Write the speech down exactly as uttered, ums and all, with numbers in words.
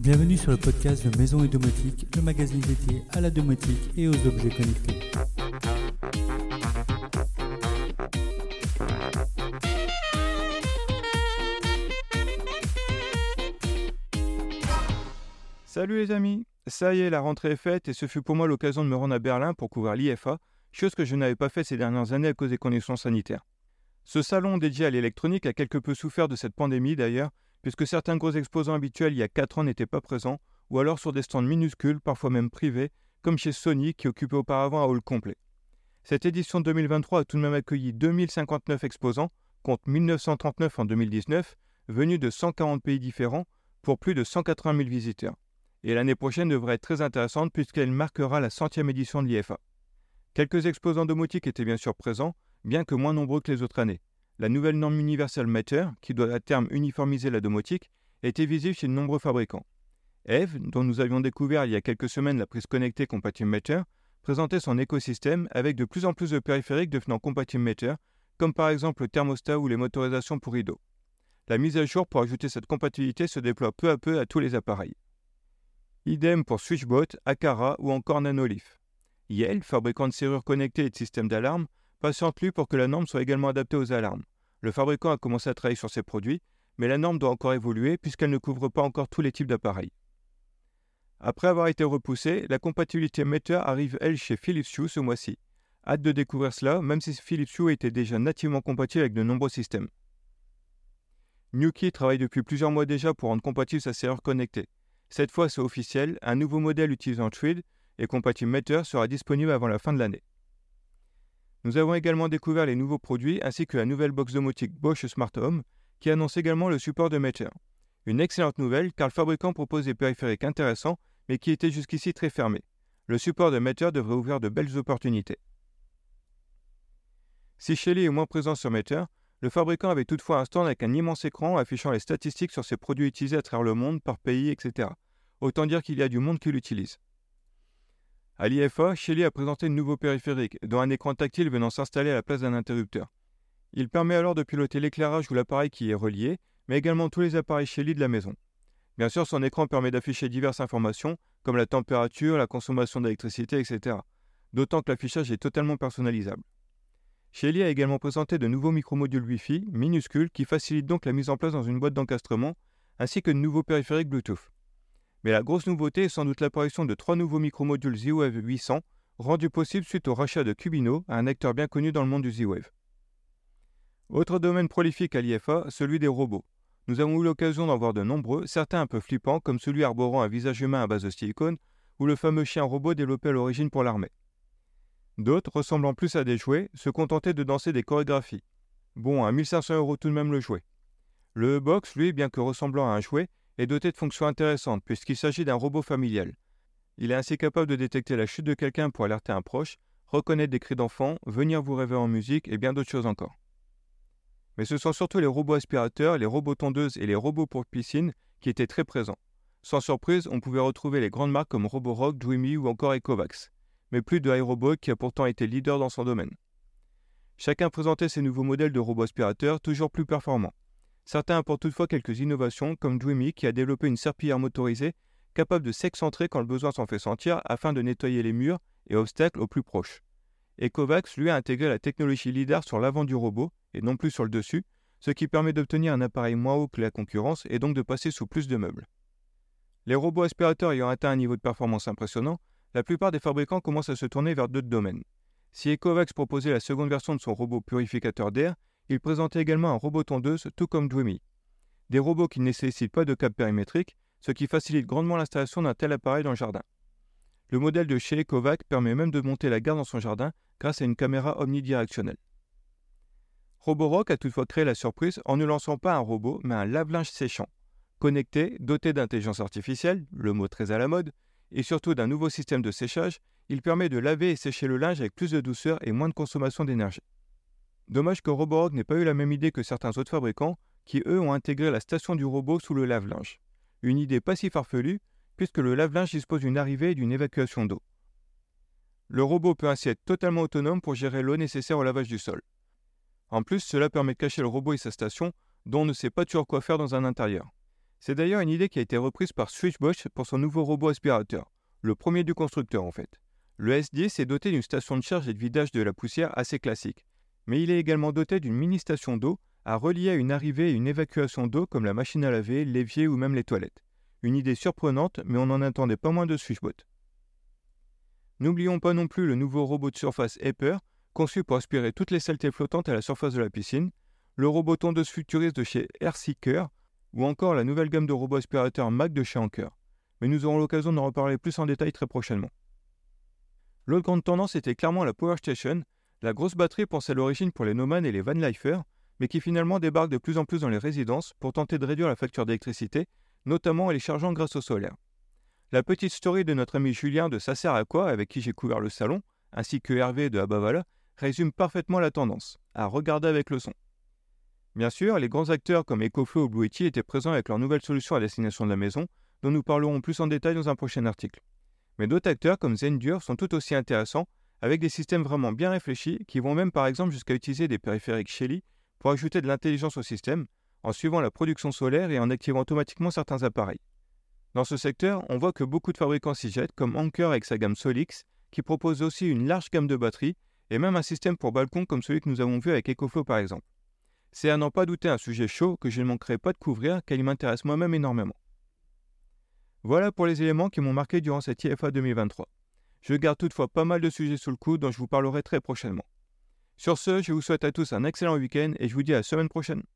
Bienvenue sur le podcast de Maison et Domotique, le magazine dédié à la domotique et aux objets connectés. Salut les amis, ça y est, la rentrée est faite et ce fut pour moi l'occasion de me rendre à Berlin pour couvrir l'I F A, chose que je n'avais pas fait ces dernières années à cause des conditions sanitaires. Ce salon dédié à l'électronique a quelque peu souffert de cette pandémie d'ailleurs, puisque certains gros exposants habituels il y a quatre ans n'étaient pas présents, ou alors sur des stands minuscules, parfois même privés, comme chez Sony qui occupait auparavant un hall complet. Cette édition deux mille vingt-trois a tout de même accueilli deux mille cinquante-neuf exposants, contre mille neuf cent trente-neuf en deux mille dix-neuf, venus de cent quarante pays différents, pour plus de cent quatre-vingt mille visiteurs. Et l'année prochaine devrait être très intéressante puisqu'elle marquera la centième édition de l'I F A. Quelques exposants domotiques étaient bien sûr présents, bien que moins nombreux que les autres années. La nouvelle norme Universal Meter, qui doit à terme uniformiser la domotique, était visible chez de nombreux fabricants. Eve, dont nous avions découvert il y a quelques semaines la prise connectée Compatible Meter, présentait son écosystème avec de plus en plus de périphériques devenant Compatible Meter, comme par exemple le thermostat ou les motorisations pour rideaux. La mise à jour pour ajouter cette compatibilité se déploie peu à peu à tous les appareils. Idem pour Switchbot, Aqara ou encore Nanolith. Yale, fabricant de serrures connectées et de systèmes d'alarme, patiente lui pour que la norme soit également adaptée aux alarmes. Le fabricant a commencé à travailler sur ses produits, mais la norme doit encore évoluer puisqu'elle ne couvre pas encore tous les types d'appareils. Après avoir été repoussée, la compatibilité Meter arrive elle chez Philips Hue ce mois-ci. Hâte de découvrir cela, même si Philips Hue était déjà nativement compatible avec de nombreux systèmes. Nuki travaille depuis plusieurs mois déjà pour rendre compatible sa serrure connectée. Cette fois, c'est officiel, un nouveau modèle utilisant Thread et Compatible Meter sera disponible avant la fin de l'année. Nous avons également découvert les nouveaux produits ainsi que la nouvelle box domotique Bosch Smart Home qui annonce également le support de Meter. Une excellente nouvelle car le fabricant propose des périphériques intéressants mais qui étaient jusqu'ici très fermés. Le support de Meter devrait ouvrir de belles opportunités. Si Shelly est moins présent sur Meter, le fabricant avait toutefois un stand avec un immense écran affichant les statistiques sur ses produits utilisés à travers le monde, par pays, et cetera. Autant dire qu'il y a du monde qui l'utilise. À l'I F A, Shelly a présenté de nouveaux périphériques, dont un écran tactile venant s'installer à la place d'un interrupteur. Il permet alors de piloter l'éclairage ou l'appareil qui y est relié, mais également tous les appareils Shelly de la maison. Bien sûr, son écran permet d'afficher diverses informations, comme la température, la consommation d'électricité, et cetera. D'autant que l'affichage est totalement personnalisable. Shelly a également présenté de nouveaux micromodules Wi-Fi, minuscules, qui facilitent donc la mise en place dans une boîte d'encastrement, ainsi que de nouveaux périphériques Bluetooth. Mais la grosse nouveauté est sans doute l'apparition de trois nouveaux micromodules Z-Wave huit cents, rendus possibles suite au rachat de Qubino, un acteur bien connu dans le monde du Z-Wave. Autre domaine prolifique à l'I F A, celui des robots. Nous avons eu l'occasion d'en voir de nombreux, certains un peu flippants, comme celui arborant un visage humain à base de silicone, ou le fameux chien robot développé à l'origine pour l'armée. D'autres, ressemblant plus à des jouets, se contentaient de danser des chorégraphies. Bon, à mille cinq cents euros tout de même le jouet. Le E-Box, lui, bien que ressemblant à un jouet, est doté de fonctions intéressantes puisqu'il s'agit d'un robot familial. Il est ainsi capable de détecter la chute de quelqu'un pour alerter un proche, reconnaître des cris d'enfants, venir vous réveiller en musique et bien d'autres choses encore. Mais ce sont surtout les robots aspirateurs, les robots tondeuses et les robots pour piscine qui étaient très présents. Sans surprise, on pouvait retrouver les grandes marques comme Roborock, Dreamy ou encore Ecovacs. Mais plus de iRobot qui a pourtant été leader dans son domaine. Chacun présentait ses nouveaux modèles de robots aspirateurs toujours plus performants. Certains apportent toutefois quelques innovations comme Dreamy qui a développé une serpillière motorisée capable de s'excentrer quand le besoin s'en fait sentir afin de nettoyer les murs et obstacles au plus proche. Ecovacs lui a intégré la technologie LiDAR sur l'avant du robot et non plus sur le dessus, ce qui permet d'obtenir un appareil moins haut que la concurrence et donc de passer sous plus de meubles. Les robots aspirateurs ayant atteint un niveau de performance impressionnant, la plupart des fabricants commencent à se tourner vers d'autres domaines. Si Ecovacs proposait la seconde version de son robot purificateur d'air, il présentait également un robot tondeuse tout comme Dreamy. Des robots qui ne nécessitent pas de câble périmétrique, ce qui facilite grandement l'installation d'un tel appareil dans le jardin. Le modèle de chez Ecovacs permet même de monter la garde dans son jardin grâce à une caméra omnidirectionnelle. Roborock a toutefois créé la surprise en ne lançant pas un robot mais un lave-linge séchant. Connecté, doté d'intelligence artificielle, le mot très à la mode, et surtout d'un nouveau système de séchage, il permet de laver et sécher le linge avec plus de douceur et moins de consommation d'énergie. Dommage que Roborock n'ait pas eu la même idée que certains autres fabricants qui, eux, ont intégré la station du robot sous le lave-linge. Une idée pas si farfelue, puisque le lave-linge dispose d'une arrivée et d'une évacuation d'eau. Le robot peut ainsi être totalement autonome pour gérer l'eau nécessaire au lavage du sol. En plus, cela permet de cacher le robot et sa station, dont on ne sait pas toujours quoi faire dans un intérieur. C'est d'ailleurs une idée qui a été reprise par Switchbosch pour son nouveau robot aspirateur, le premier du constructeur en fait. Le S dix est doté d'une station de charge et de vidage de la poussière assez classique, mais il est également doté d'une mini-station d'eau à relier à une arrivée et une évacuation d'eau comme la machine à laver, l'évier ou même les toilettes. Une idée surprenante, mais on n'en attendait pas moins de Switchbot. N'oublions pas non plus le nouveau robot de surface Hyper, conçu pour aspirer toutes les saletés flottantes à la surface de la piscine, le robot tondeuse futuriste de chez Airseeker, ou encore la nouvelle gamme de robots aspirateurs Mac de chez Anker. Mais nous aurons l'occasion d'en reparler plus en détail très prochainement. L'autre grande tendance était clairement la Power Station, la grosse batterie pensée à l'origine pour les nomads et les vanlifers, mais qui finalement débarque de plus en plus dans les résidences pour tenter de réduire la facture d'électricité, notamment en les chargeant grâce au solaire. La petite story de notre ami Julien de Ça sert à quoi, avec qui j'ai couvert le salon, ainsi que Hervé de Abavala, résume parfaitement la tendance, à regarder avec le son. Bien sûr, les grands acteurs comme EcoFlow ou Bluetti étaient présents avec leur nouvelle solution à destination de la maison, dont nous parlerons plus en détail dans un prochain article. Mais d'autres acteurs comme Zendur sont tout aussi intéressants, avec des systèmes vraiment bien réfléchis qui vont même par exemple jusqu'à utiliser des périphériques Shelly pour ajouter de l'intelligence au système, en suivant la production solaire et en activant automatiquement certains appareils. Dans ce secteur, on voit que beaucoup de fabricants s'y jettent, comme Anker avec sa gamme Solix, qui propose aussi une large gamme de batteries, et même un système pour balcon comme celui que nous avons vu avec EcoFlow par exemple. C'est à n'en pas douter un sujet chaud que je ne manquerai pas de couvrir, car il m'intéresse moi-même énormément. Voilà pour les éléments qui m'ont marqué durant cette I F A deux mille vingt-trois. Je garde toutefois pas mal de sujets sous le coude dont je vous parlerai très prochainement. Sur ce, je vous souhaite à tous un excellent week-end et je vous dis à la semaine prochaine.